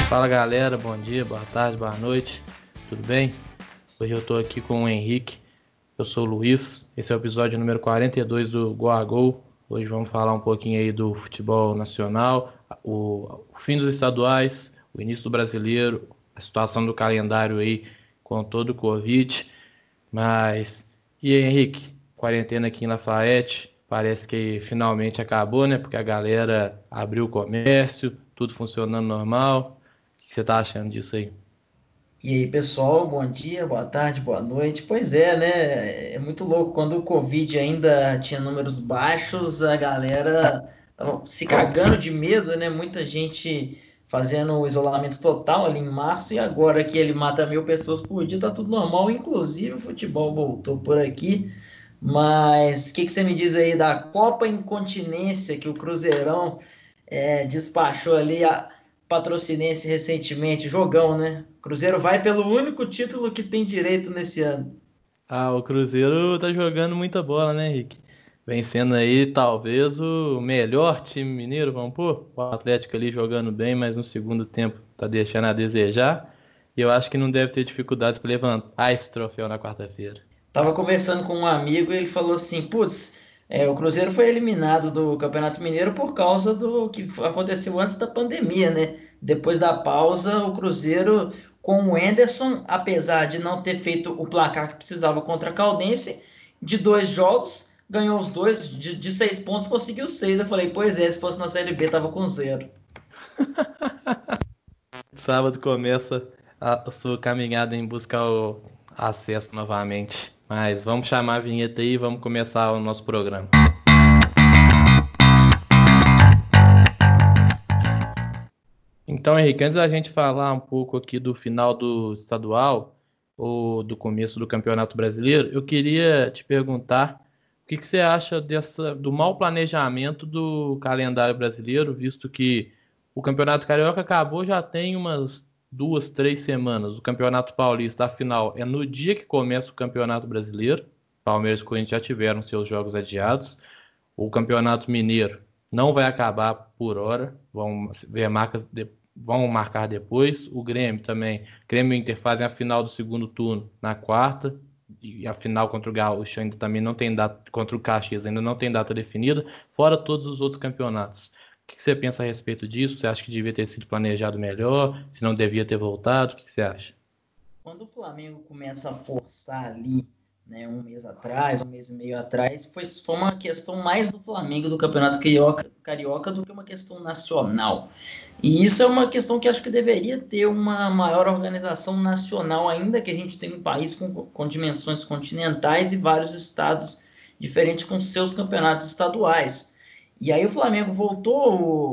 Fala galera, bom dia, boa tarde, boa noite, tudo bem? Hoje eu tô aqui com o Henrique, eu sou o Luiz, esse é o episódio número 42 do Go a Gol. Hoje vamos falar um pouquinho aí do futebol nacional, o fim dos estaduais, o início do brasileiro, a situação do calendário aí com todo o Covid. Mas, e aí, Henrique? Quarentena aqui em Lafayette, parece que finalmente acabou, né? Porque a galera abriu o comércio, tudo funcionando normal. O que você tá achando disso aí? E aí, pessoal, bom dia, boa tarde, boa noite. Pois é, né? É muito louco. Quando o Covid ainda tinha números baixos, a galera tava se cagando de medo, né? Muita gente fazendo o isolamento total ali em março, e agora que ele mata 1.000 pessoas por dia, tá tudo normal. Inclusive, o futebol voltou por aqui. Mas o que você me diz aí da Copa Incontinência que o Cruzeirão despachou ali a Patrocinense recentemente? Jogão, né? Cruzeiro vai pelo único título que tem direito nesse ano. Ah, o Cruzeiro tá jogando muita bola, né, Henrique? Vencendo aí talvez o melhor time mineiro, vamos pôr. O Atlético ali jogando bem, mas no segundo tempo tá deixando a desejar. E eu acho que não deve ter dificuldades para levantar esse troféu na quarta-feira. Tava conversando com um amigo e ele falou assim: putz, o Cruzeiro foi eliminado do Campeonato Mineiro por causa do que aconteceu antes da pandemia, né? Depois da pausa, o Cruzeiro, com o Enderson, apesar de não ter feito o placar que precisava contra a Caldense, de 2 jogos, ganhou os dois, de 6 pontos, conseguiu 6. Eu falei: pois é, se fosse na Série B, tava com 0. Sábado começa a sua caminhada em buscar o acesso novamente. Mas vamos chamar a vinheta aí e vamos começar o nosso programa. Então, Henrique, antes da gente falar um pouco aqui do final do estadual ou do começo do Campeonato Brasileiro, eu queria te perguntar o que que você acha do mau planejamento do calendário brasileiro, visto que o Campeonato Carioca acabou já tem umas 2, 3 semanas. O Campeonato Paulista, a final, é no dia que começa o Campeonato Brasileiro. Palmeiras e Corinthians já tiveram seus jogos adiados. O Campeonato Mineiro não vai acabar por hora, vão marcar depois. O Grêmio também, Grêmio e Inter fazem a final do segundo turno na quarta, e a final contra o Gaúcho ainda também não tem data, contra o Caxias ainda não tem data definida, fora todos os outros campeonatos. O que você pensa a respeito disso? Você acha que devia ter sido planejado melhor? Se não devia ter voltado? O que você acha? Quando o Flamengo começa a forçar ali, né, um mês atrás, um mês e meio atrás, foi uma questão mais do Flamengo, do Campeonato Carioca, do que uma questão nacional. E isso é uma questão que acho que deveria ter uma maior organização nacional, ainda que a gente tenha um país com dimensões continentais e vários estados diferentes com seus campeonatos estaduais. E aí o Flamengo voltou,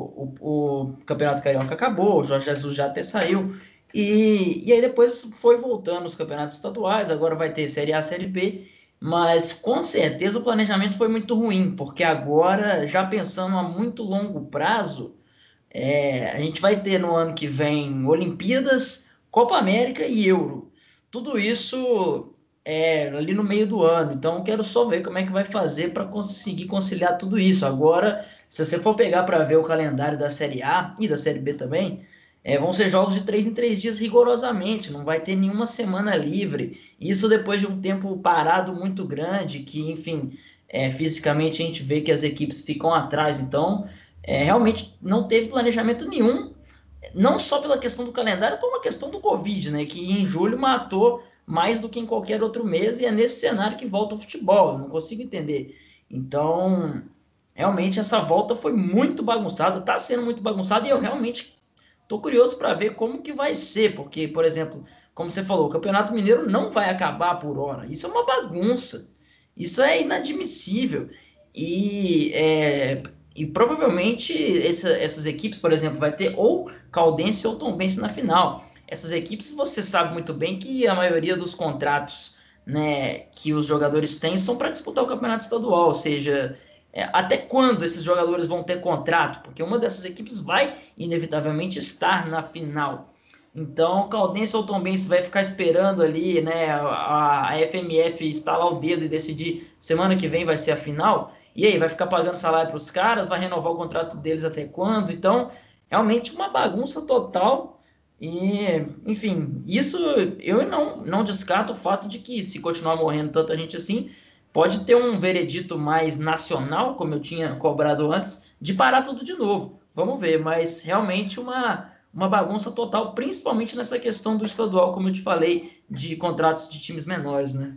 o Campeonato Carioca acabou, o Jorge Jesus já até saiu, e aí depois foi voltando os campeonatos estaduais, agora vai ter Série A, Série B, mas com certeza o planejamento foi muito ruim, porque agora, já pensando a muito longo prazo, a gente vai ter no ano que vem Olimpíadas, Copa América e Euro. Tudo isso ali no meio do ano. Então, eu quero só ver como é que vai fazer para conseguir conciliar tudo isso. Agora, se você for pegar para ver o calendário da Série A e da Série B também, vão ser jogos de 3 em 3 dias rigorosamente. Não vai ter nenhuma semana livre. Isso depois de um tempo parado muito grande, que, enfim, fisicamente a gente vê que as equipes ficam atrás. Então, realmente não teve planejamento nenhum, não só pela questão do calendário, como a questão do Covid, né? Que em julho matou mais do que em qualquer outro mês, e é nesse cenário que volta o futebol. Eu não consigo entender. Então, realmente essa volta foi muito bagunçada, está sendo muito bagunçada, e eu realmente estou curioso para ver como que vai ser, porque, por exemplo, como você falou, o Campeonato Mineiro não vai acabar por hora. Isso é uma bagunça. Isso é inadmissível. E, e provavelmente essas equipes, por exemplo, vai ter ou Caldense ou Tombense na final. Essas equipes, você sabe muito bem que a maioria dos contratos, né, que os jogadores têm são para disputar o campeonato estadual, ou seja, até quando esses jogadores vão ter contrato? Porque uma dessas equipes vai inevitavelmente estar na final. Então, o Caldense ou Tombense vai ficar esperando ali, né, a FMF estalar o dedo e decidir semana que vem vai ser a final. E aí, vai ficar pagando salário para os caras, vai renovar o contrato deles até quando? Então, realmente uma bagunça total. E, enfim, isso eu não descarto o fato de que, se continuar morrendo tanta gente assim, pode ter um veredito mais nacional, como eu tinha cobrado antes, de parar tudo de novo. Vamos ver, mas realmente uma bagunça total, principalmente nessa questão do estadual, como eu te falei, de contratos de times menores, né?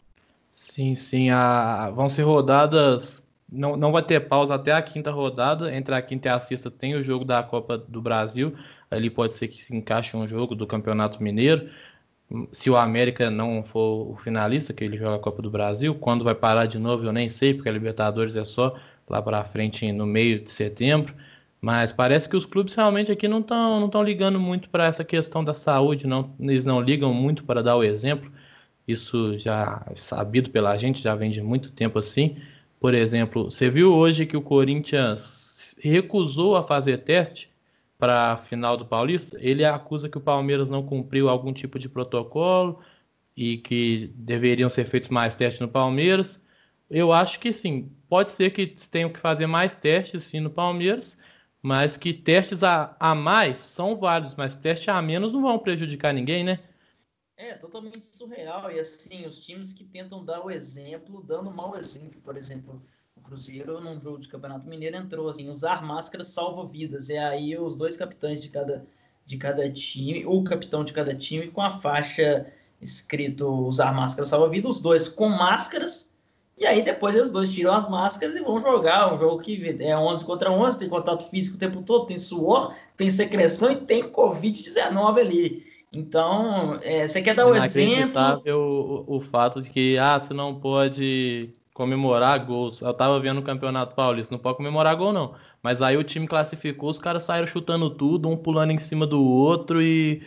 Sim, sim. Vão ser rodadas. Não vai ter pausa até a quinta rodada. Entre a quinta e a sexta tem o jogo da Copa do Brasil. Ali pode ser que se encaixe um jogo do Campeonato Mineiro. Se o América não for o finalista, que ele joga a Copa do Brasil, quando vai parar de novo eu nem sei, porque a Libertadores é só lá para frente no meio de setembro. Mas parece que os clubes realmente aqui não estão ligando muito para essa questão da saúde, não, eles não ligam muito para dar o exemplo. Isso já é sabido pela gente, já vem de muito tempo assim. Por exemplo, você viu hoje que o Corinthians recusou a fazer teste para a final do Paulista? Ele acusa que o Palmeiras não cumpriu algum tipo de protocolo e que deveriam ser feitos mais testes no Palmeiras. Eu acho que sim, pode ser que tenham que fazer mais testes sim no Palmeiras, mas que testes a mais são válidos, mas testes a menos não vão prejudicar ninguém, né? É totalmente surreal. E assim, os times que tentam dar o exemplo, dando um mau exemplo, por exemplo, o Cruzeiro, num jogo de Campeonato Mineiro, entrou assim: usar máscaras salva vidas. É aí os dois capitães de cada time, o capitão de cada time, com a faixa escrito usar máscara salva vidas, os dois com máscaras. E aí depois eles dois tiram as máscaras e vão jogar um jogo que é 11 contra 11, tem contato físico o tempo todo, tem suor, tem secreção e tem Covid-19 ali. Então, você quer dar o exemplo. Inacreditável o fato de que você não pode comemorar gols. Eu tava vendo o Campeonato Paulista, não pode comemorar gol não. Mas aí o time classificou, os caras saíram chutando tudo, um pulando em cima do outro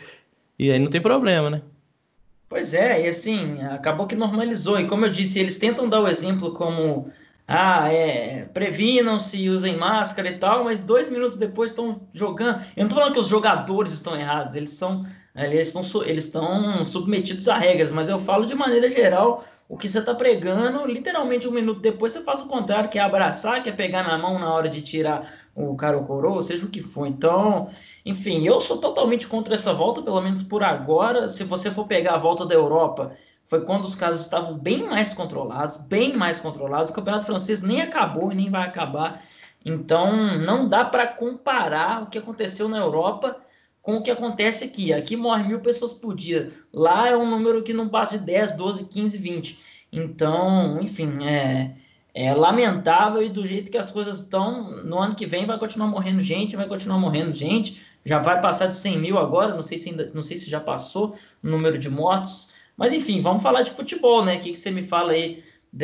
e aí não tem problema, né? Pois é, e assim, acabou que normalizou. E como eu disse, eles tentam dar o exemplo como, previnam-se, usem máscara e tal, mas 2 minutos depois estão jogando. Eu não tô falando que os jogadores estão errados, eles estão submetidos a regras, mas eu falo de maneira geral, o que você está pregando, literalmente 1 minuto depois você faz o contrário, que é abraçar, que é pegar na mão na hora de tirar o cara ou coroa, seja o que for. Então. Enfim, eu sou totalmente contra essa volta, pelo menos por agora. Se você for pegar a volta da Europa, foi quando os casos estavam bem mais controlados, bem mais controlados. O campeonato francês nem acabou e nem vai acabar. Então, não dá para comparar o que aconteceu na Europa com o que acontece aqui. Aqui morre 1.000 pessoas por dia. Lá é um número que não passa de 10, 12, 15, 20. Então, enfim, é lamentável e do jeito que as coisas estão, no ano que vem vai continuar morrendo gente, vai continuar morrendo gente. Já vai passar de 100 mil agora, não sei se já passou o número de mortos. Mas enfim, vamos falar de futebol, né? O que você me fala aí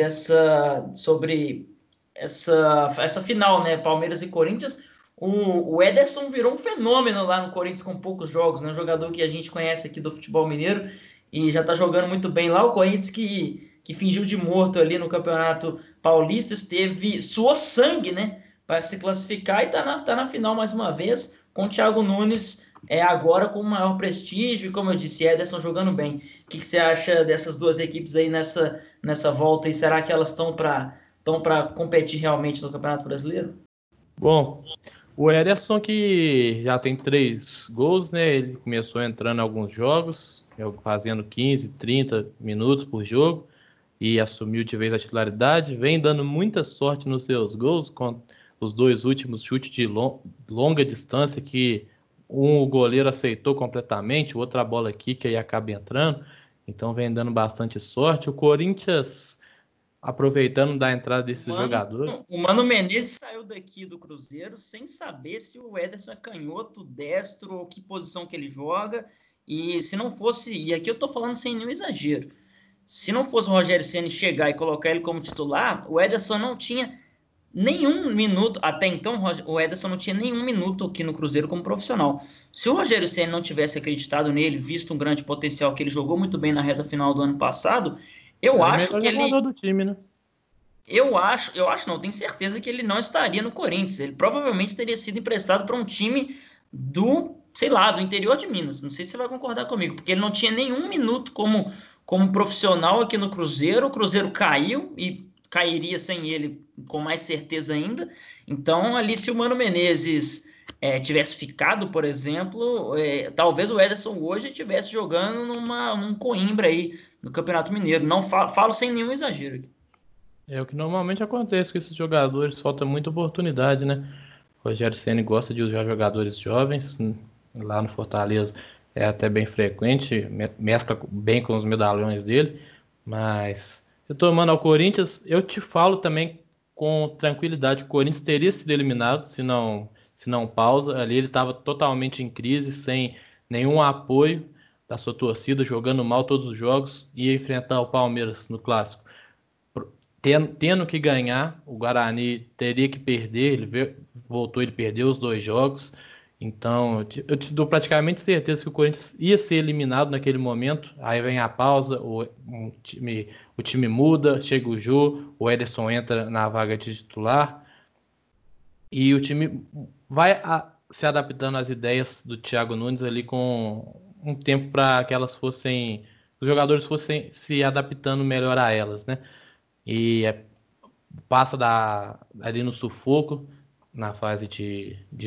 sobre essa final, né? Palmeiras e Corinthians. O Ederson virou um fenômeno lá no Corinthians com poucos jogos, né? Um jogador que a gente conhece aqui do futebol mineiro e já tá jogando muito bem lá. O Corinthians que fingiu de morto ali no Campeonato Paulista, suou sangue, né? Para se classificar e tá na final mais uma vez com o Thiago Nunes agora com maior prestígio e, como eu disse, Ederson jogando bem. O que você acha dessas duas equipes aí nessa volta? E será que elas estão para competir realmente no Campeonato Brasileiro? Bom, o Ederson que já tem 3 gols, né? Ele começou entrando em alguns jogos, fazendo 15, 30 minutos por jogo e assumiu de vez a titularidade. Vem dando muita sorte nos seus gols, com os 2 últimos chutes de longa distância que o goleiro aceitou completamente, outra bola aqui que aí acaba entrando. Então vem dando bastante sorte. O Corinthians aproveitando da entrada desses jogadores. O Mano Menezes saiu daqui do Cruzeiro sem saber se o Ederson é canhoto, destro, ou que posição que ele joga. E se não fosse, e aqui eu tô falando sem nenhum exagero, se não fosse o Rogério Ceni chegar e colocar ele como titular, o Ederson não tinha nenhum minuto, até então o Ederson não tinha nenhum minuto aqui no Cruzeiro como profissional. Se o Rogério Ceni não tivesse acreditado nele, visto um grande potencial que ele jogou muito bem na reta final do ano passado, eu Era o acho melhor que ele jogador do time, né? eu acho não, tenho certeza que ele não estaria no Corinthians. Ele provavelmente teria sido emprestado para um time sei lá, do interior de Minas. Não sei se você vai concordar comigo, porque ele não tinha nenhum minuto como profissional aqui no Cruzeiro. O Cruzeiro caiu e cairia sem ele com mais certeza ainda. Então, ali, se o Mano Menezes tivesse ficado, por exemplo, talvez o Ederson hoje estivesse jogando num Coimbra aí, no Campeonato Mineiro. Não falo sem nenhum exagero aqui. É o que normalmente acontece com esses jogadores, falta muita oportunidade, né? O Rogério Ceni gosta de usar jogadores jovens, lá no Fortaleza é até bem frequente, mescla bem com os medalhões dele, mas retomando ao Corinthians, eu te falo também com tranquilidade, o Corinthians teria sido eliminado se não pausa, ali ele estava totalmente em crise, sem nenhum apoio da sua torcida, jogando mal todos os jogos, ia enfrentar o Palmeiras no Clássico tendo que ganhar, o Guarani teria que perder, voltou, ele perdeu os 2 jogos, então eu te dou praticamente certeza que o Corinthians ia ser eliminado naquele momento, aí vem a pausa, o time muda, chega o Jô, o Ederson entra na vaga de titular, e o time vai se adaptando às ideias do Thiago Nunes ali com um tempo para que os jogadores fossem se adaptando melhor a elas, né? E passa ali no sufoco, na fase de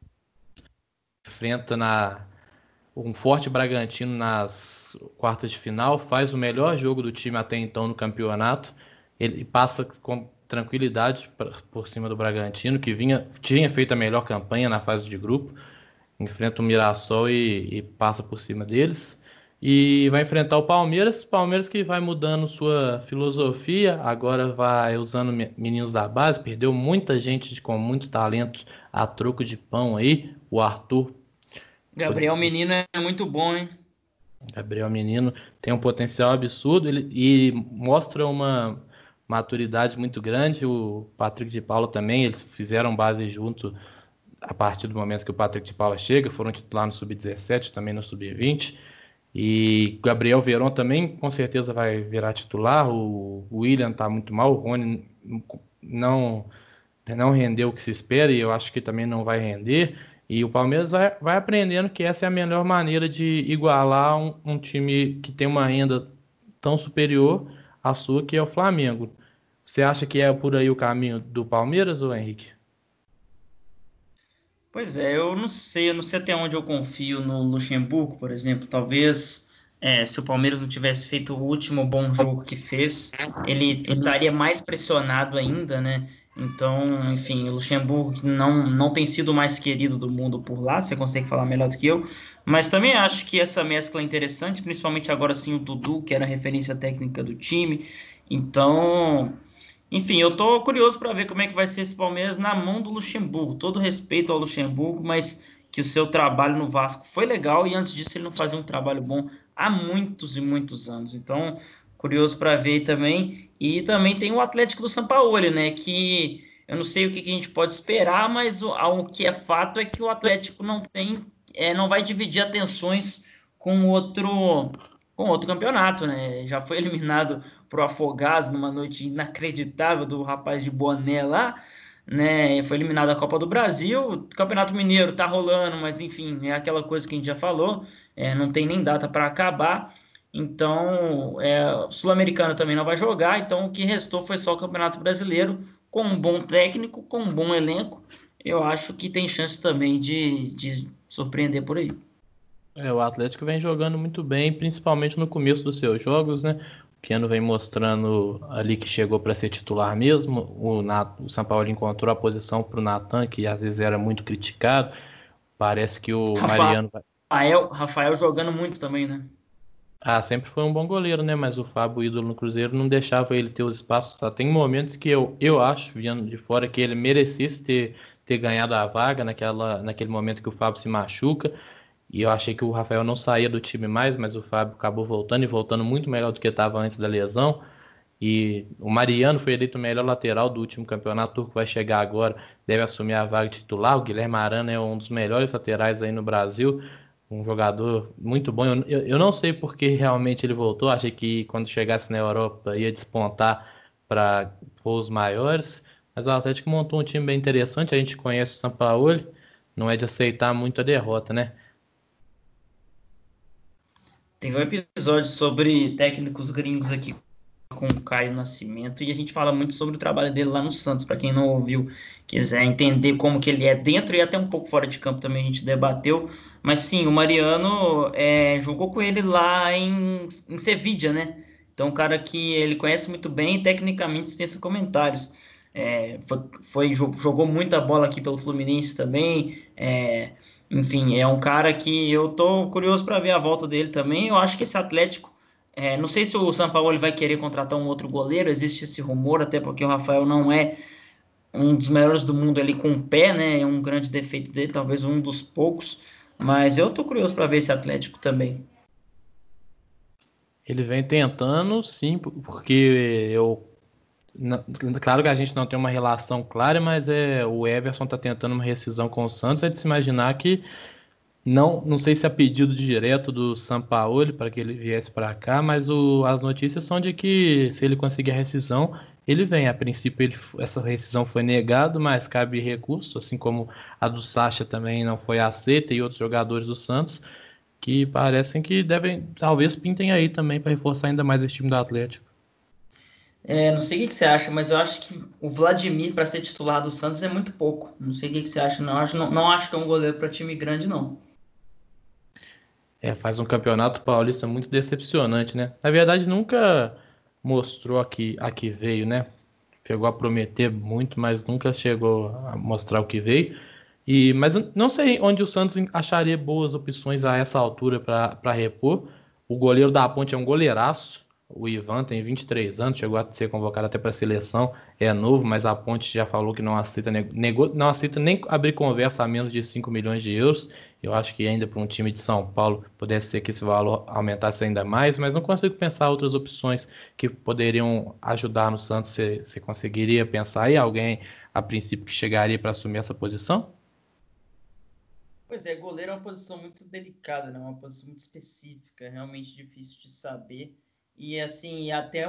enfrenta um forte Bragantino nas quartas de final, faz o melhor jogo do time até então no campeonato, ele passa com tranquilidade por cima do Bragantino, que tinha feito a melhor campanha na fase de grupo, enfrenta o Mirassol e passa por cima deles. E vai enfrentar o Palmeiras. Palmeiras que vai mudando sua filosofia, agora vai usando meninos da base, perdeu muita gente com muito talento a troco de pão aí. O Arthur, Gabriel Menino é muito bom, hein? Gabriel Menino, tem um potencial absurdo e mostra uma maturidade muito grande. O Patrick de Paula também, eles fizeram base junto a partir do momento que o Patrick de Paula chega, foram titular no Sub-17, também no Sub-20. E Gabriel Veron também com certeza vai virar titular. O William tá muito mal, o Rony não, não rendeu o que se espera e eu acho que também não vai render. E o Palmeiras vai aprendendo que essa é a melhor maneira de igualar um time que tem uma renda tão superior à sua, que é o Flamengo. Você acha que é por aí o caminho do Palmeiras, ou Henrique? Pois é, eu não sei até onde eu confio no Luxemburgo, por exemplo. Talvez, se o Palmeiras não tivesse feito o último bom jogo que fez, ele estaria mais pressionado ainda, né? Então, enfim, o Luxemburgo que não tem sido o mais querido do mundo por lá, você consegue falar melhor do que eu, mas também acho que essa mescla é interessante, principalmente agora sim o Dudu, que era a referência técnica do time. Então, enfim, eu tô curioso para ver como é que vai ser esse Palmeiras na mão do Luxemburgo. Todo respeito ao Luxemburgo, mas que o seu trabalho no Vasco foi legal e antes disso ele não fazia um trabalho bom há muitos e muitos anos. Então, curioso para ver também. E também tem o Atlético do Sampaoli, né? Que eu não sei o que a gente pode esperar, mas o que é fato é que o Atlético não vai dividir atenções com outro campeonato, né? Já foi eliminado pro Afogados numa noite inacreditável do rapaz de boné lá, né? Foi eliminado da Copa do Brasil. O Campeonato Mineiro tá rolando, mas enfim, é aquela coisa que a gente já falou, não tem nem data para acabar. Então, o Sul-Americano também não vai jogar, então o que restou foi só o Campeonato Brasileiro, com um bom técnico, com um bom elenco. Eu acho que tem chance também de surpreender por aí. O Atlético vem jogando muito bem, principalmente no começo dos seus jogos, né? O Piano vem mostrando ali que chegou para ser titular mesmo. O São Paulo encontrou a posição para o Natan, que às vezes era muito criticado. Parece que o Mariano Rafael jogando muito também, né? sempre foi um bom goleiro, né? Mas o Fábio, ídolo no Cruzeiro, não deixava ele ter os espaços. Só tem momentos que eu acho, vendo de fora, que ele merecesse ter ganhado a vaga naquele momento que o Fábio se machuca. E eu achei que o Rafael não saía do time mais, mas o Fábio acabou voltando e voltando muito melhor do que estava antes da lesão. E o Mariano foi eleito o melhor lateral do último campeonato. O Turco vai chegar agora, deve assumir a vaga titular. O Guilherme Arana é um dos melhores laterais aí no Brasil, um jogador muito bom. Eu não sei por que realmente ele voltou. Achei que quando chegasse na Europa ia despontar para voos maiores. Mas o Atlético montou um time bem interessante. A gente conhece o Sampaoli, não é de aceitar muito a derrota, né? Tem um episódio sobre técnicos gringos aqui com o Caio Nascimento, e a gente fala muito sobre o trabalho dele lá no Santos. Para quem não ouviu, quiser entender como que ele é dentro e até um pouco fora de campo também a gente debateu. Mas sim, o Mariano jogou com ele lá em Sevilla, né? Então, um cara que ele conhece muito bem e tecnicamente dispensa comentários. Jogou muita bola aqui pelo Fluminense também. Enfim, é um cara que eu tô curioso para ver a volta dele também. Eu acho que esse Atlético, não sei se o São Paulo vai querer contratar um outro goleiro, existe esse rumor, até porque o Rafael não é um dos melhores do mundo ali com o pé, né? É um grande defeito dele, talvez um dos poucos. Mas eu tô curioso para ver esse Atlético também. Ele vem tentando, sim, porque claro que a gente não tem uma relação clara, mas o Everson tá tentando uma rescisão com o Santos. É de se imaginar que não sei se é pedido direto do Sampaoli para que ele viesse para cá, mas as notícias são de que se ele conseguir a rescisão, ele vem. A princípio, essa rescisão foi negada, mas cabe recurso, assim como a do Sacha também não foi aceita e outros jogadores do Santos, que parecem que devem, talvez pintem aí também para reforçar ainda mais esse time do Atlético. Não sei o que que você acha, mas eu acho que o Vladimir para ser titular do Santos é muito pouco. Não sei o que que você acha, não acho que é um goleiro para time grande, não. Faz um campeonato paulista muito decepcionante, né? Na verdade, nunca mostrou aqui veio, né? Chegou a prometer muito, mas nunca chegou a mostrar o que veio. Mas eu não sei onde o Santos acharia boas opções a essa altura para repor. O goleiro da Ponte é um goleiraço. O Ivan tem 23 anos, chegou a ser convocado até para a seleção. É novo, mas a Ponte já falou que não aceita, não aceita nem abrir conversa a menos de 5 milhões de euros. Eu acho que ainda para um time de São Paulo pudesse ser que esse valor aumentasse ainda mais, mas não consigo pensar outras opções que poderiam ajudar no Santos. Você conseguiria pensar em alguém a princípio que chegaria para assumir essa posição? Pois é, goleiro é uma posição muito delicada, né? Uma posição muito específica, realmente difícil de saber. E assim, até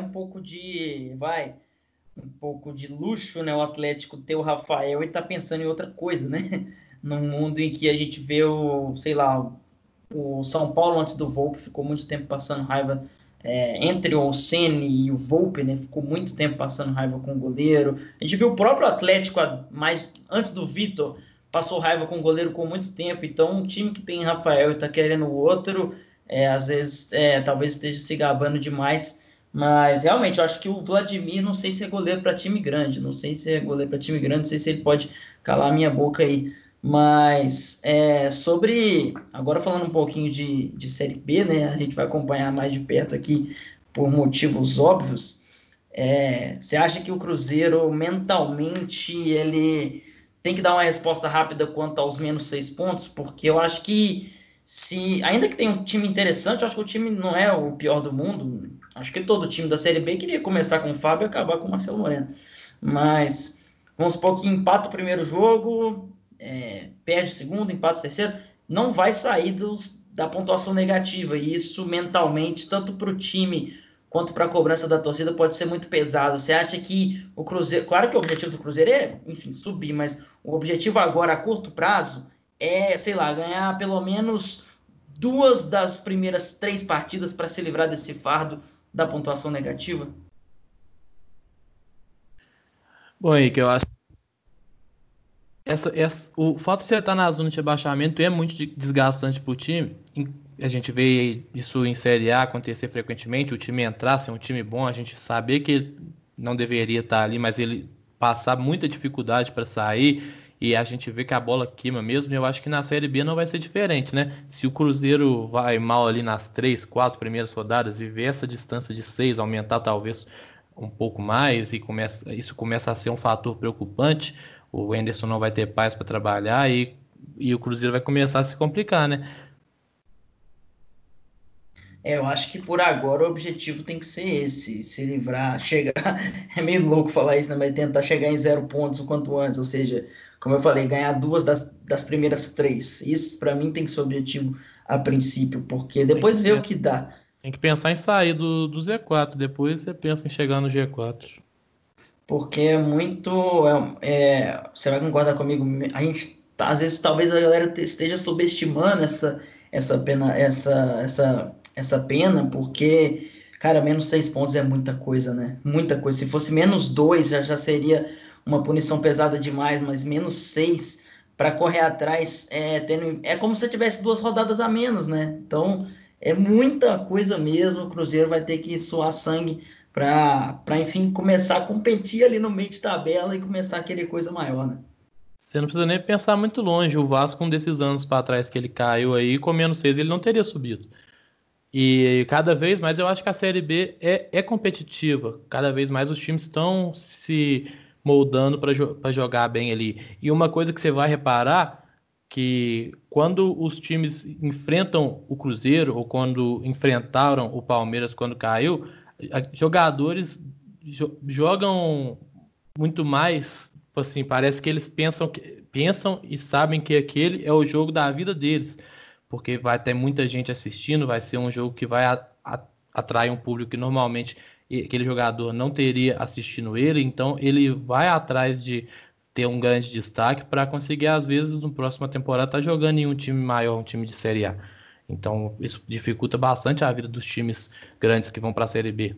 um pouco de luxo, né? O Atlético ter o Rafael e tá pensando em outra coisa, né? Num mundo em que a gente vê sei lá, o São Paulo antes do Volpe ficou muito tempo passando raiva entre o Ceni e o Volpe, né? Ficou muito tempo passando raiva com o goleiro. A gente viu o próprio Atlético mais antes do Vitor passou raiva com o goleiro com muito tempo. Então, um time que tem Rafael e tá querendo o outro, às vezes, talvez esteja se gabando demais. Mas realmente, eu acho que o Vladimir, não sei se é goleiro para time grande, não sei se é goleiro para time grande, não sei se ele pode calar a minha boca aí. Mas agora falando um pouquinho de Série B, né? A gente vai acompanhar mais de perto aqui por motivos óbvios. Você acha que o Cruzeiro mentalmente ele tem que dar uma resposta rápida quanto aos menos 6 pontos? Porque eu acho que ainda que tenha um time interessante, eu acho que o time não é o pior do mundo. Acho que todo time da Série B queria começar com o Fábio e acabar com o Marcelo Moreno. Mas vamos supor que empata o primeiro jogo, perde o segundo, empata o terceiro, não vai sair da pontuação negativa. E isso mentalmente, tanto para o time quanto para a cobrança da torcida, pode ser muito pesado. Você acha que o Cruzeiro. Claro que o objetivo do Cruzeiro é, enfim, subir, mas o objetivo agora, a curto prazo, sei lá, ganhar pelo menos 2 das primeiras 3 partidas para se livrar desse fardo da pontuação negativa? Bom, Henrique, eu acho o fato de você estar na zona de rebaixamento é muito desgastante para o time. A gente vê isso em Série A acontecer frequentemente, o time entrar, ser um time bom, a gente saber que não deveria estar ali, mas ele passar muita dificuldade para sair e a gente vê que a bola queima mesmo. Eu acho que na Série B não vai ser diferente, né? Se o Cruzeiro vai mal ali nas 3, 4 primeiras rodadas e ver essa distância de 6 aumentar talvez um pouco mais e isso começa a ser um fator preocupante, o Enderson não vai ter paz para trabalhar e o Cruzeiro vai começar a se complicar, né? Eu acho que por agora o objetivo tem que ser esse, se livrar, chegar. É meio louco falar isso, né? Mas tentar chegar em 0 pontos o quanto antes, ou seja, como eu falei, ganhar 2 das primeiras 3. Isso para mim tem que ser o objetivo a princípio, porque Tem que depois ver o ser. que dá. Tem que pensar em sair do Z4, depois você pensa em chegar no G4. Porque é muito. Você vai concordar comigo? A gente, às vezes, talvez a galera esteja subestimando essa pena, essa pena, porque, Cara, menos 6 pontos é muita coisa, né? Muita coisa. Se fosse menos 2 já seria uma punição pesada demais, mas menos 6 para correr atrás é como se tivesse 2 rodadas a menos, né? Então é muita coisa mesmo. O Cruzeiro vai ter que suar sangue para enfim, começar a competir ali no meio de tabela e começar a querer coisa maior, né? Você não precisa nem pensar muito longe. O Vasco, um desses anos para trás que ele caiu aí, com menos 6, ele não teria subido. E cada vez mais eu acho que a Série B é competitiva. Cada vez mais os times estão se moldando para jogar bem ali. E uma coisa que você vai reparar que quando os times enfrentam o Cruzeiro ou quando enfrentaram o Palmeiras quando caiu, jogadores jogam muito mais, tipo assim, parece que eles pensam e sabem que aquele é o jogo da vida deles, porque vai ter muita gente assistindo, vai ser um jogo que vai atrair um público que normalmente aquele jogador não teria assistindo ele, então ele vai atrás de ter um grande destaque para conseguir, às vezes, no próxima temporada, estar jogando em um time maior, um time de Série A. Então, isso dificulta bastante a vida dos times grandes que vão para a Série B.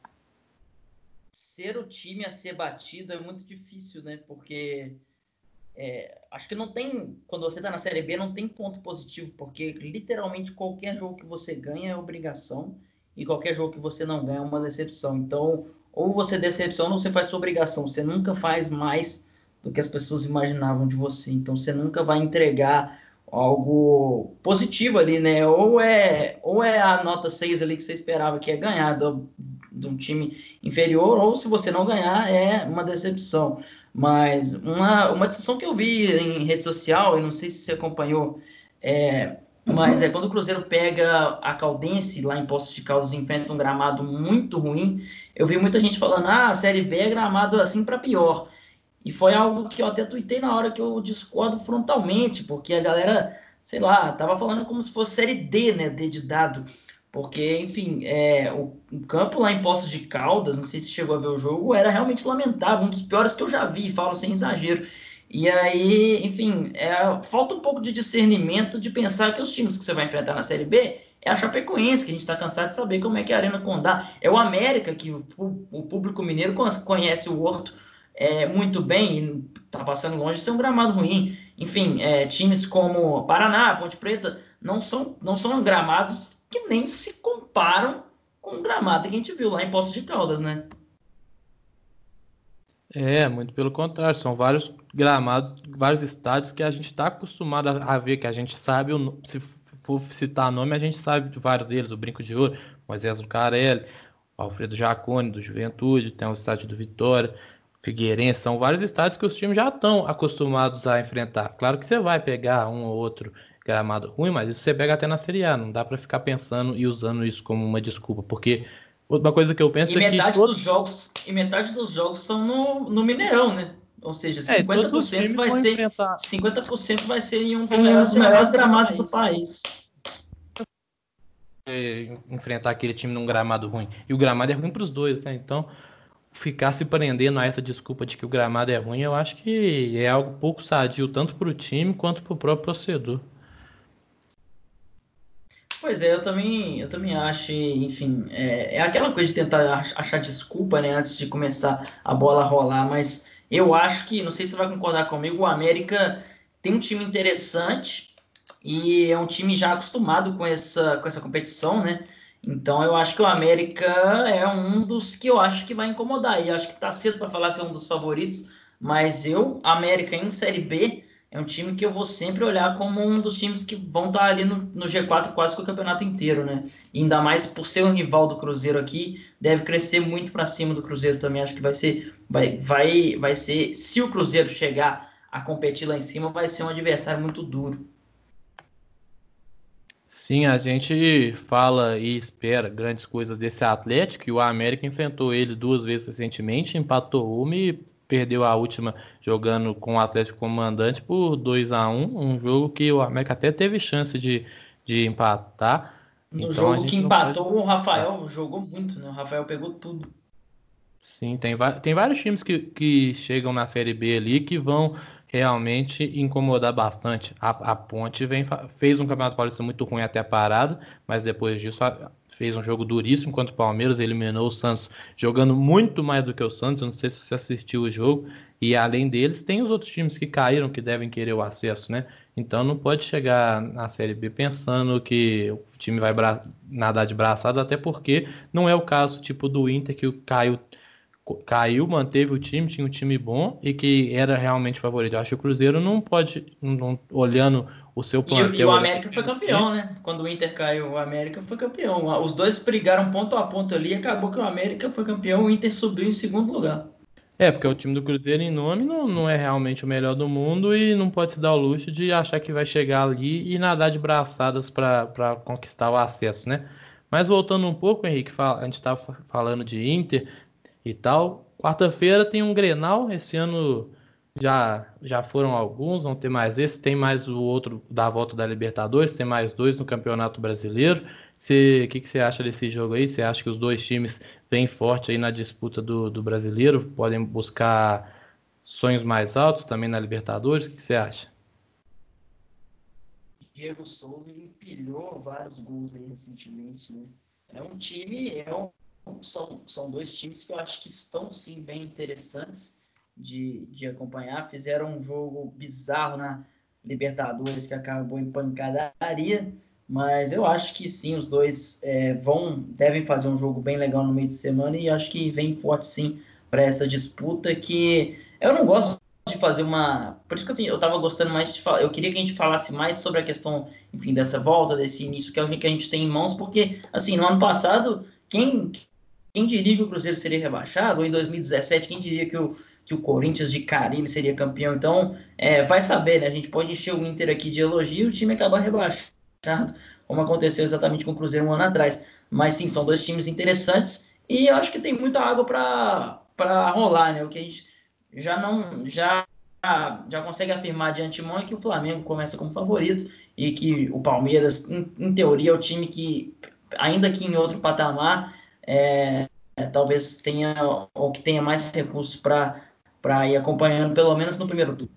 Ser o time a ser batido é muito difícil, né? Porque acho que não tem, quando você tá na Série B, não tem ponto positivo, porque literalmente qualquer jogo que você ganha é obrigação e qualquer jogo que você não ganha é uma decepção. Então, ou você decepciona ou você faz sua obrigação. Você nunca faz mais do que as pessoas imaginavam de você. Então, você nunca vai entregar algo positivo ali, né? Ou é a nota 6 ali que você esperava que ia ganhar de um time inferior, ou se você não ganhar, é uma decepção. Mas uma discussão que eu vi em rede social, eu não sei se você acompanhou, mas quando o Cruzeiro pega a Caldense lá em Poços de Caldas e enfrenta um gramado muito ruim, eu vi muita gente falando, a Série B é gramado assim para pior. E foi algo que eu até tuitei na hora que eu discordo frontalmente, porque a galera, sei lá, tava falando como se fosse Série D, né, D de dado. Porque, enfim, o campo lá em Poços de Caldas, não sei se chegou a ver o jogo, era realmente lamentável, um dos piores que eu já vi, falo sem exagero. E aí, enfim, falta um pouco de discernimento de pensar que os times que você vai enfrentar na Série B é a Chapecoense, que a gente está cansado de saber como é que é a Arena Condá. É o América, que o público mineiro conhece o Horto muito bem e está passando longe de ser um gramado ruim. Enfim, times como Paraná, Ponte Preta, não são gramados que nem se comparam com o gramado que a gente viu lá em Poços de Caldas, né? Muito pelo contrário, são vários gramados, vários estádios que a gente está acostumado a ver, que a gente sabe, se for citar nome, a gente sabe de vários deles, o Brinco de Ouro, Moisés Lucarelli, o Alfredo Jaconi, do Juventude, tem o estádio do Vitória, Figueirense, são vários estádios que os times já estão acostumados a enfrentar. Claro que você vai pegar um ou outro gramado ruim, mas isso você pega até na Série A, não dá para ficar pensando e usando isso como uma desculpa, porque outra coisa que eu E penso é que metade dos jogos são no Mineirão, né? Ou seja, cinquenta todos por os cento times vai vão ser enfrentar. 50% vai ser em um dos Um melhores dos melhores gramados gramados do do país. Enfrentar aquele time num gramado ruim. E o gramado é ruim para os dois, né? Então, ficar se prendendo a essa desculpa de que o gramado é ruim, eu acho que é algo pouco sadio, tanto para o time quanto para o próprio torcedor. Pois é, eu também acho, enfim, aquela coisa de tentar achar desculpa, né, antes de começar a bola a rolar, mas eu acho que, não sei se você vai concordar comigo, o América tem um time interessante e é um time já acostumado com essa competição, né? Então eu acho que o América é um dos que eu acho que vai incomodar. E eu acho que tá cedo para falar se é um dos favoritos, mas América em Série B, é um time que eu vou sempre olhar como um dos times que vão estar ali no G4 quase que o campeonato inteiro, né? E ainda mais por ser um rival do Cruzeiro aqui, deve crescer muito para cima do Cruzeiro também. Acho que vai ser, se o Cruzeiro chegar a competir lá em cima, vai ser um adversário muito duro. Sim, a gente fala e espera grandes coisas desse Atlético, e o América enfrentou ele duas vezes recentemente, empatou uma e perdeu a última jogando com o Atlético como mandante por 2-1, um jogo que o América até teve chance de empatar, No então a jogo que gente não pode. empatou, o Rafael jogou muito, né? O Rafael pegou tudo. Sim, tem vários times que chegam na Série B ali que vão realmente incomodar bastante. A Ponte fez um Campeonato Paulista muito ruim até a parada, mas depois disso fez um jogo duríssimo contra o Palmeiras, eliminou o Santos jogando muito mais do que o Santos. Eu não sei se você assistiu o jogo. E além deles, tem os outros times que caíram que devem querer o acesso, né? Então não pode chegar na Série B pensando que o time vai nadar de braçadas, até porque não é o caso tipo do Inter que caiu, manteve o time, tinha um time bom e que era realmente favorito. Eu acho que o Cruzeiro não pode, olhando o seu E o plantel, olhando América foi o time. campeão, né? Quando o Inter caiu, o América foi campeão. Os dois brigaram ponto a ponto ali, acabou que o América foi campeão, o Inter subiu em segundo lugar. Porque o time do Cruzeiro em nome não é realmente o melhor do mundo e não pode se dar o luxo de achar que vai chegar ali e nadar de braçadas para conquistar o acesso, né? Mas voltando um pouco, Henrique, a gente estava falando de Inter e tal. Quarta-feira tem um Grenal, esse ano já foram alguns, vão ter mais esse, tem mais o outro da volta da Libertadores, tem mais dois no Campeonato Brasileiro. O que você acha desse jogo aí? Você acha que os dois times vêm forte aí na disputa do Brasileiro, podem buscar sonhos mais altos também na Libertadores? O que você acha? Diego Souza empilhou vários gols aí recentemente, né? É um time, são dois times que eu acho que estão sim bem interessantes de acompanhar. Fizeram um jogo bizarro na Libertadores que acabou em pancadaria, mas eu acho que sim, os dois devem fazer um jogo bem legal no meio de semana e acho que vem forte sim para essa disputa que eu não gosto de fazer uma. Por isso que eu tava gostando mais de falar. Eu queria que a gente falasse mais sobre a questão, enfim, dessa volta, desse início que a gente tem em mãos, porque, assim, no ano passado, quem diria que o Cruzeiro seria rebaixado? Ou em 2017, quem diria que o Corinthians de Carille seria campeão? Então, vai saber, né? A gente pode encher o Inter aqui de elogio e o time acaba rebaixado, como aconteceu exatamente com o Cruzeiro um ano atrás. Mas sim, são dois times interessantes e eu acho que tem muita água para rolar, né? O que a gente já não já consegue afirmar de antemão é que o Flamengo começa como favorito e que o Palmeiras, em teoria, é o time que, ainda que em outro patamar, talvez tenha ou que tenha mais recursos para ir acompanhando, pelo menos no primeiro turno.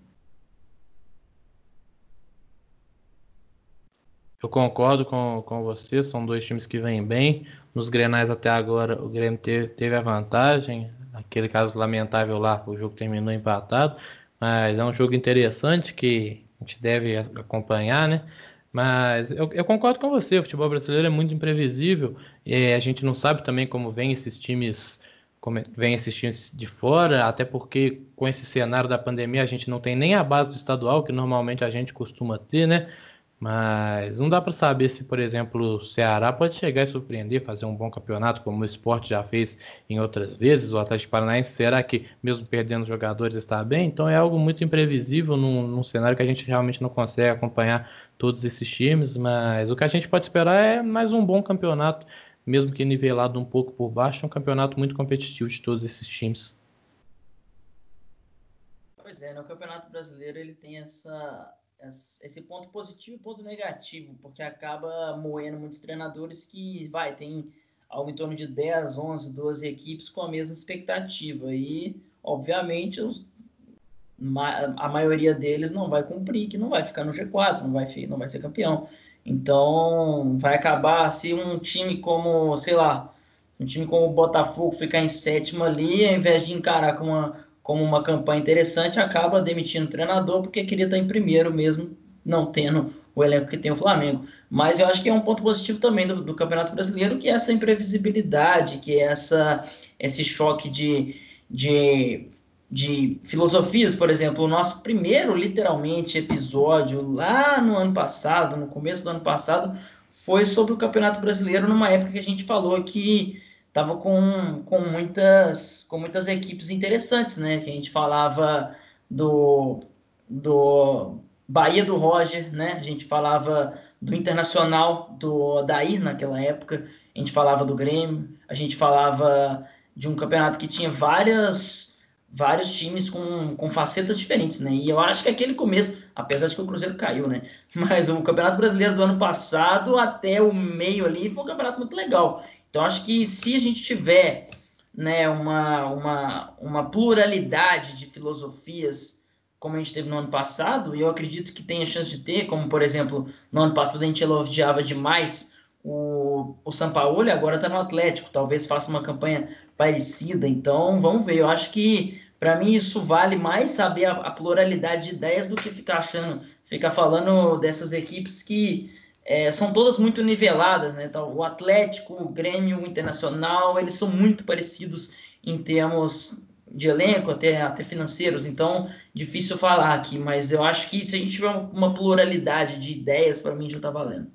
Eu concordo com você, são dois times que vêm bem. Nos Grenais até agora, o Grêmio teve a vantagem. Aquele caso lamentável lá, o jogo terminou empatado. Mas é um jogo interessante que a gente deve acompanhar, né? Mas eu concordo com você, o futebol brasileiro é muito imprevisível. E a gente não sabe também como vem esses times, vem esses times de fora, até porque com esse cenário da pandemia a gente não tem nem a base do estadual, que normalmente a gente costuma ter, né? Mas não dá para saber se, por exemplo, o Ceará pode chegar e surpreender, fazer um bom campeonato, como o Sport já fez em outras vezes, o Atlético Paranaense, será que, mesmo perdendo jogadores, está bem? Então é algo muito imprevisível num cenário que a gente realmente não consegue acompanhar todos esses times, mas o que a gente pode esperar é mais um bom campeonato, mesmo que nivelado um pouco por baixo, um campeonato muito competitivo de todos esses times. Pois é, no Campeonato Brasileiro ele tem esse ponto positivo e ponto negativo, porque acaba moendo muitos treinadores que tem algo em torno de 10, 11, 12 equipes com a mesma expectativa. E, obviamente, a maioria deles não vai cumprir, que não vai ficar no G4, não vai ser campeão. Então, vai acabar se um time como, sei lá, um time como o Botafogo ficar em sétimo ali, ao invés de encarar como uma campanha interessante, acaba demitindo o treinador porque queria estar em primeiro mesmo, não tendo o elenco que tem o Flamengo. Mas eu acho que é um ponto positivo também do Campeonato Brasileiro, que é essa imprevisibilidade, que é esse choque de filosofias. Por exemplo, o nosso primeiro, literalmente, episódio lá no ano passado, no começo do ano passado, foi sobre o Campeonato Brasileiro, numa época que a gente falou que estava com muitas equipes interessantes, né? Que a gente falava do Bahia do Roger, né? A gente falava do Internacional do Odair naquela época, a gente falava do Grêmio, a gente falava de um campeonato que tinha vários times com facetas diferentes, né? E eu acho que aquele começo, apesar de que o Cruzeiro caiu, né? Mas o Campeonato Brasileiro do ano passado até o meio ali foi um campeonato muito legal. Então acho que se a gente tiver, né, uma pluralidade de filosofias como a gente teve no ano passado, e eu acredito que tenha chance de ter, como por exemplo, no ano passado a gente elogiava demais O Sampaoli agora está no Atlético, talvez faça uma campanha parecida, então vamos ver. Eu acho que para mim isso vale mais saber a pluralidade de ideias do que ficar falando dessas equipes que são todas muito niveladas, né? Então, o Atlético, o Grêmio, o Internacional, eles são muito parecidos em termos de elenco, até financeiros, então difícil falar aqui, mas eu acho que se a gente tiver uma pluralidade de ideias, para mim já está valendo.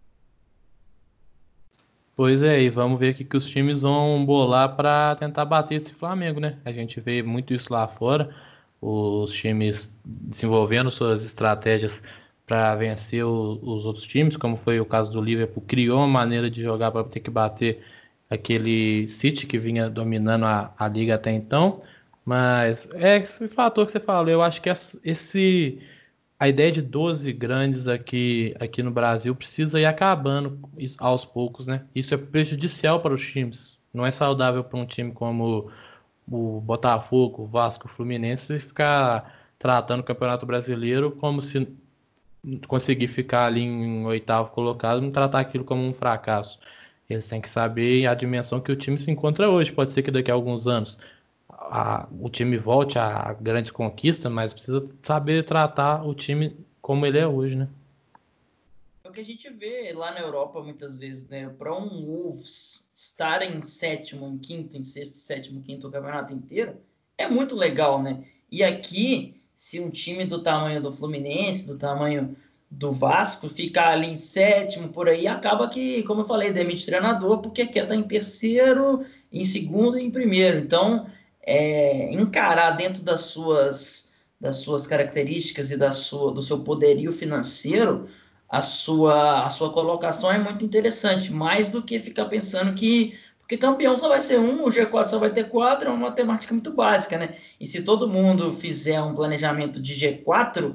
Pois é, e vamos ver o que os times vão bolar para tentar bater esse Flamengo, né? A gente vê muito isso lá fora, os times desenvolvendo suas estratégias para vencer os outros times, como foi o caso do Liverpool, criou uma maneira de jogar para ter que bater aquele City que vinha dominando a liga até então. Mas é esse fator que você falou, eu acho que a ideia de 12 grandes aqui no Brasil precisa ir acabando aos poucos, né? Isso é prejudicial para os times. Não é saudável para um time como o Botafogo, o Vasco, o Fluminense ficar tratando o Campeonato Brasileiro como se conseguir ficar ali em oitavo colocado, não tratar aquilo como um fracasso. Eles têm que saber a dimensão que o time se encontra hoje. Pode ser que daqui a alguns anos o time volte a grande conquista, mas precisa saber tratar o time como ele é hoje, né? É o que a gente vê lá na Europa muitas vezes, né? Para um Wolves estar em sétimo, em quinto, em sexto, sétimo, quinto o campeonato inteiro, é muito legal, né? E aqui, se um time do tamanho do Fluminense, do tamanho do Vasco, ficar ali em sétimo, por aí, acaba que, como eu falei, demite treinador, porque quer estar em terceiro, em segundo e em primeiro. Então, encarar dentro das suas características e do seu poderio financeiro, a sua colocação é muito interessante, mais do que ficar pensando que porque campeão só vai ser um, o G4 só vai ter quatro, é uma matemática muito básica, né? E se todo mundo fizer um planejamento de G4,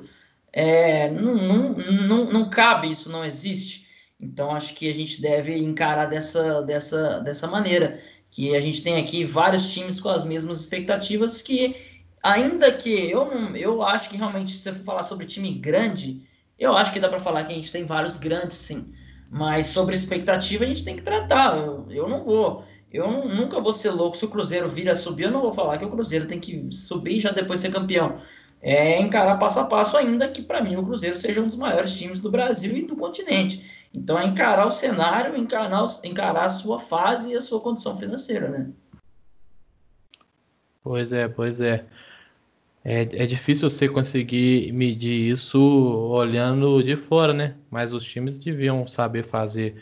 não cabe, isso não existe. Então, acho que a gente deve encarar dessa maneira, que a gente tem aqui vários times com as mesmas expectativas que, ainda que eu acho que realmente, se você for falar sobre time grande, eu acho que dá para falar que a gente tem vários grandes, sim. Mas sobre expectativa a gente tem que tratar. Eu não vou. Nunca vou ser louco. Se o Cruzeiro vir a subir, eu não vou falar que o Cruzeiro tem que subir e já depois ser campeão. É encarar passo a passo, ainda que para mim o Cruzeiro seja um dos maiores times do Brasil e do continente. Então é encarar o cenário, encarar a sua fase e a sua condição financeira, né? Pois é, pois é. É difícil você conseguir medir isso olhando de fora, né? Mas os times deviam saber fazer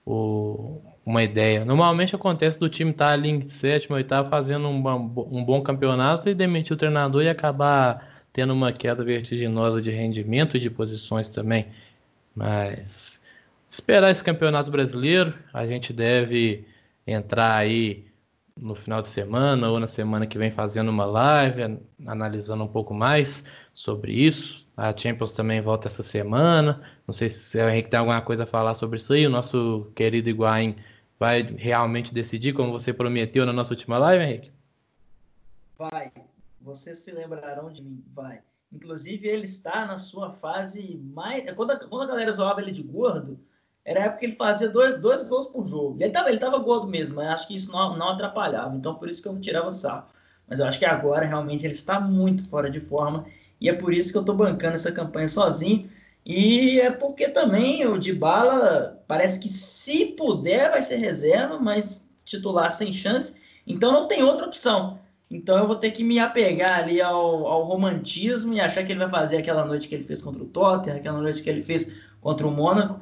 uma ideia. Normalmente acontece do time estar ali em sétimo, oitavo, fazendo um bom campeonato e demitir o treinador e acabar tendo uma queda vertiginosa de rendimento e de posições também. Mas esperar esse campeonato brasileiro, a gente deve entrar aí no final de semana ou na semana que vem fazendo uma live, analisando um pouco mais sobre isso. A Champions também volta essa semana. Não sei se o Henrique tem alguma coisa a falar sobre isso aí. O nosso querido Higuaín vai realmente decidir, como você prometeu na nossa última live, Henrique? Vai. Vocês se lembrarão de mim. Vai. Inclusive, ele está na sua fase mais. Quando a galera zoava ele de gordo, era a época que ele fazia dois gols por jogo. E ele tava gordo mesmo, mas acho que isso não atrapalhava. Então, por isso que eu tirava sarro. Mas eu acho que agora, realmente, ele está muito fora de forma. E é por isso que eu estou bancando essa campanha sozinho. E é porque também o Dybala parece que, se puder, vai ser reserva, mas titular sem chance. Então, não tem outra opção. Então eu vou ter que me apegar ali ao romantismo e achar que ele vai fazer aquela noite que ele fez contra o Tottenham, aquela noite que ele fez contra o Mônaco.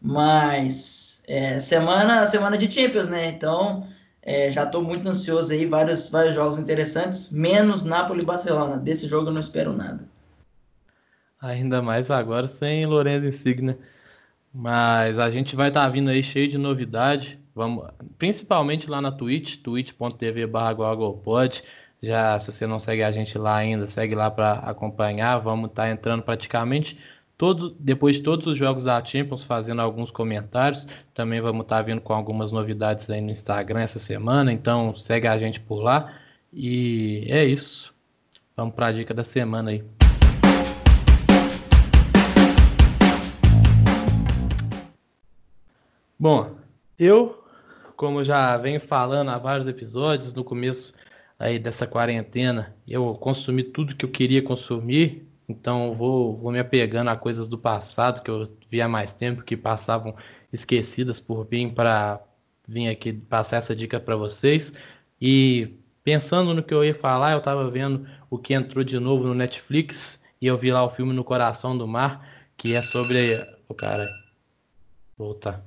Mas semana de Champions, né? Então já estou muito ansioso aí, vários jogos interessantes, menos Napoli e Barcelona. Desse jogo eu não espero nada. Ainda mais agora sem Lorenzo Insigne. Mas a gente vai estar vindo aí cheio de novidade. Vamos, principalmente lá na Twitch, twitch.tv/GoagolPod. Já, se você não segue a gente lá ainda, segue lá para acompanhar. Vamos estar entrando praticamente depois de todos os jogos da Champions, fazendo alguns comentários. Também vamos estar vindo com algumas novidades aí no Instagram essa semana. Então segue a gente por lá. E é isso. Vamos para a dica da semana aí. Bom, Eu, como já venho falando há vários episódios, no começo aí dessa quarentena, eu consumi tudo que eu queria consumir, então eu vou me apegando a coisas do passado que eu vi há mais tempo, que passavam esquecidas por mim para vir aqui passar essa dica para vocês. E pensando no que eu ia falar, eu estava vendo o que entrou de novo no Netflix e eu vi lá o filme No Coração do Mar, que é sobre. O cara, voltar.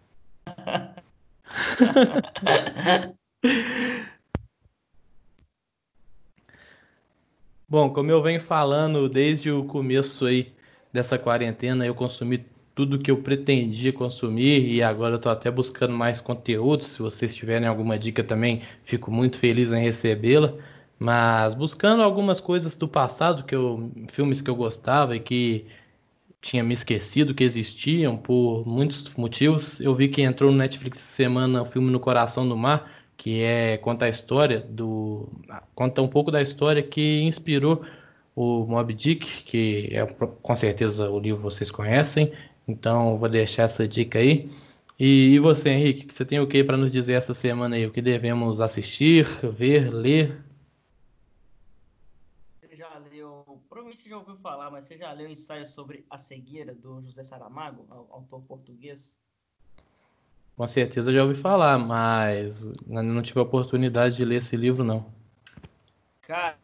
Bom, como eu venho falando desde o começo aí dessa quarentena, eu consumi tudo que eu pretendia consumir e agora eu tô até buscando mais conteúdo. Se vocês tiverem alguma dica também, fico muito feliz em recebê-la. Mas buscando algumas coisas do passado filmes que eu gostava e que tinha me esquecido que existiam por muitos motivos. Eu vi que entrou no Netflix essa semana o filme No Coração do Mar, que conta a história conta um pouco da história que inspirou o Moby Dick, que é com certeza o livro vocês conhecem. Então vou deixar essa dica aí. E você, Henrique, você tem o que para nos dizer essa semana aí? O que devemos assistir, ver, ler? Você já leu, provavelmente você já ouviu falar, mas você já leu o ensaio sobre a cegueira do José Saramago, autor português? Com certeza já ouvi falar, mas ainda não tive a oportunidade de ler esse livro, não. Cara,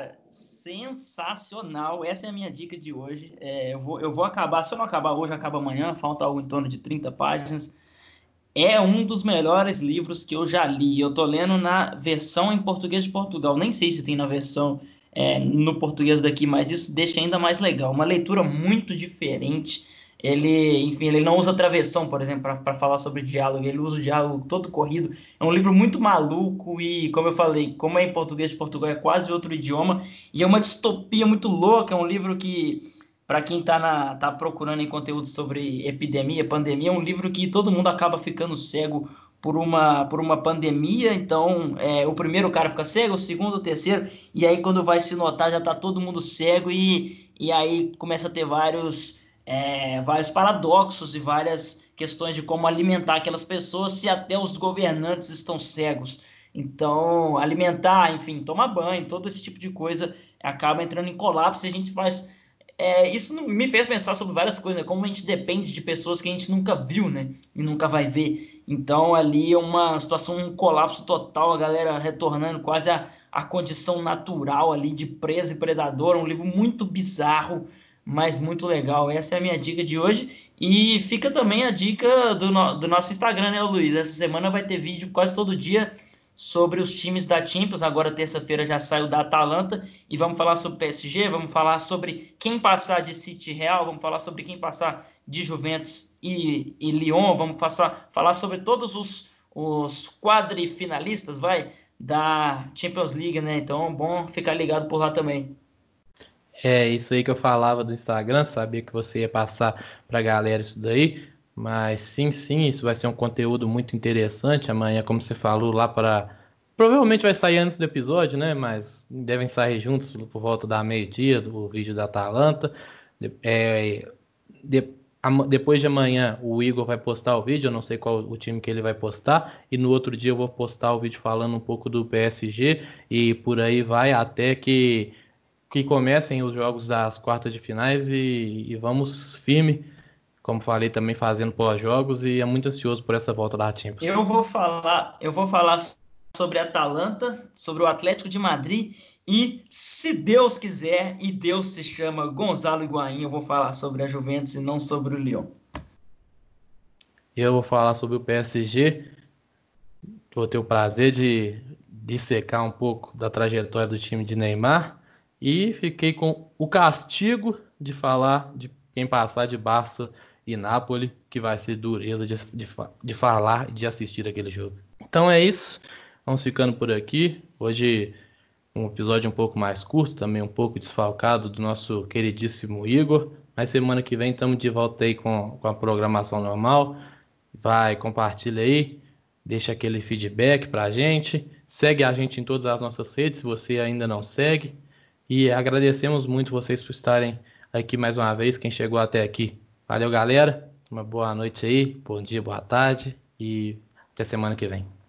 sensacional. Essa é a minha dica de hoje. Eu vou acabar, se eu não acabar hoje, acaba amanhã, falta algo em torno de 30 páginas. É um dos melhores livros que eu já li. Eu tô lendo na versão em português de Portugal. Nem sei se tem na versão no português daqui, mas isso deixa ainda mais legal. Uma leitura muito diferente. Enfim, ele não usa travessão, por exemplo, para falar sobre diálogo. Ele usa o diálogo todo corrido. É um livro muito maluco e, como eu falei, como é em português de Portugal, é quase outro idioma. E é uma distopia muito louca. É um livro que para quem tá procurando em conteúdo sobre epidemia, pandemia, é um livro que todo mundo acaba ficando cego por uma pandemia. Então, o primeiro cara fica cego, o segundo, o terceiro, e aí quando vai se notar já tá todo mundo cego e aí começa a ter vários paradoxos e várias questões de como alimentar aquelas pessoas se até os governantes estão cegos. Então, alimentar, enfim, tomar banho, todo esse tipo de coisa acaba entrando em colapso e a gente faz isso me fez pensar sobre várias coisas, né? Como a gente depende de pessoas que a gente nunca viu, né? E nunca vai ver. Então, ali é uma situação, um colapso total, a galera retornando quase à condição natural ali de presa e predador. Um livro muito bizarro, mas muito legal. Essa é a minha dica de hoje. E fica também a dica do nosso Instagram, né, Luiz? Essa semana vai ter vídeo quase todo dia sobre os times da Champions. Agora, terça-feira, já saiu da Atalanta e vamos falar sobre PSG, vamos falar sobre quem passar de City Real, vamos falar sobre quem passar de Juventus e Lyon, vamos falar sobre todos os quadrifinalistas, da Champions League, né? Então, é bom ficar ligado por lá também. É isso aí que eu falava do Instagram, sabia que você ia passar pra galera isso daí, mas sim, sim, isso vai ser um conteúdo muito interessante. Amanhã, como você falou, lá para. Provavelmente vai sair antes do episódio, né? Mas devem sair juntos por volta da meio-dia do vídeo da Atalanta. É, depois de amanhã o Igor vai postar o vídeo, eu não sei qual o time que ele vai postar, e no outro dia eu vou postar o vídeo falando um pouco do PSG e por aí vai até que comecem os jogos das quartas de finais e vamos firme, como falei também fazendo pós-jogos e é muito ansioso por essa volta da Champions. Eu vou falar sobre a Atalanta, sobre o Atlético de Madrid e, se Deus quiser, e Deus se chama Gonzalo Higuaín, eu vou falar sobre a Juventus e não sobre o Lyon. Eu vou falar sobre o PSG, vou ter o prazer de dissecar um pouco da trajetória do time de Neymar e fiquei com o castigo de falar de quem passar de Barça e Napoli, que vai ser dureza de falar e de assistir aquele jogo. Então é isso, vamos ficando por aqui. Hoje um episódio um pouco mais curto, também um pouco desfalcado do nosso queridíssimo Igor. Mas semana que vem estamos de volta aí com a programação normal. Vai, compartilha aí, deixa aquele feedback pra gente. Segue a gente em todas as nossas redes, se você ainda não segue. E agradecemos muito vocês por estarem aqui mais uma vez, quem chegou até aqui. Valeu, galera. Uma boa noite aí, bom dia, boa tarde e até semana que vem.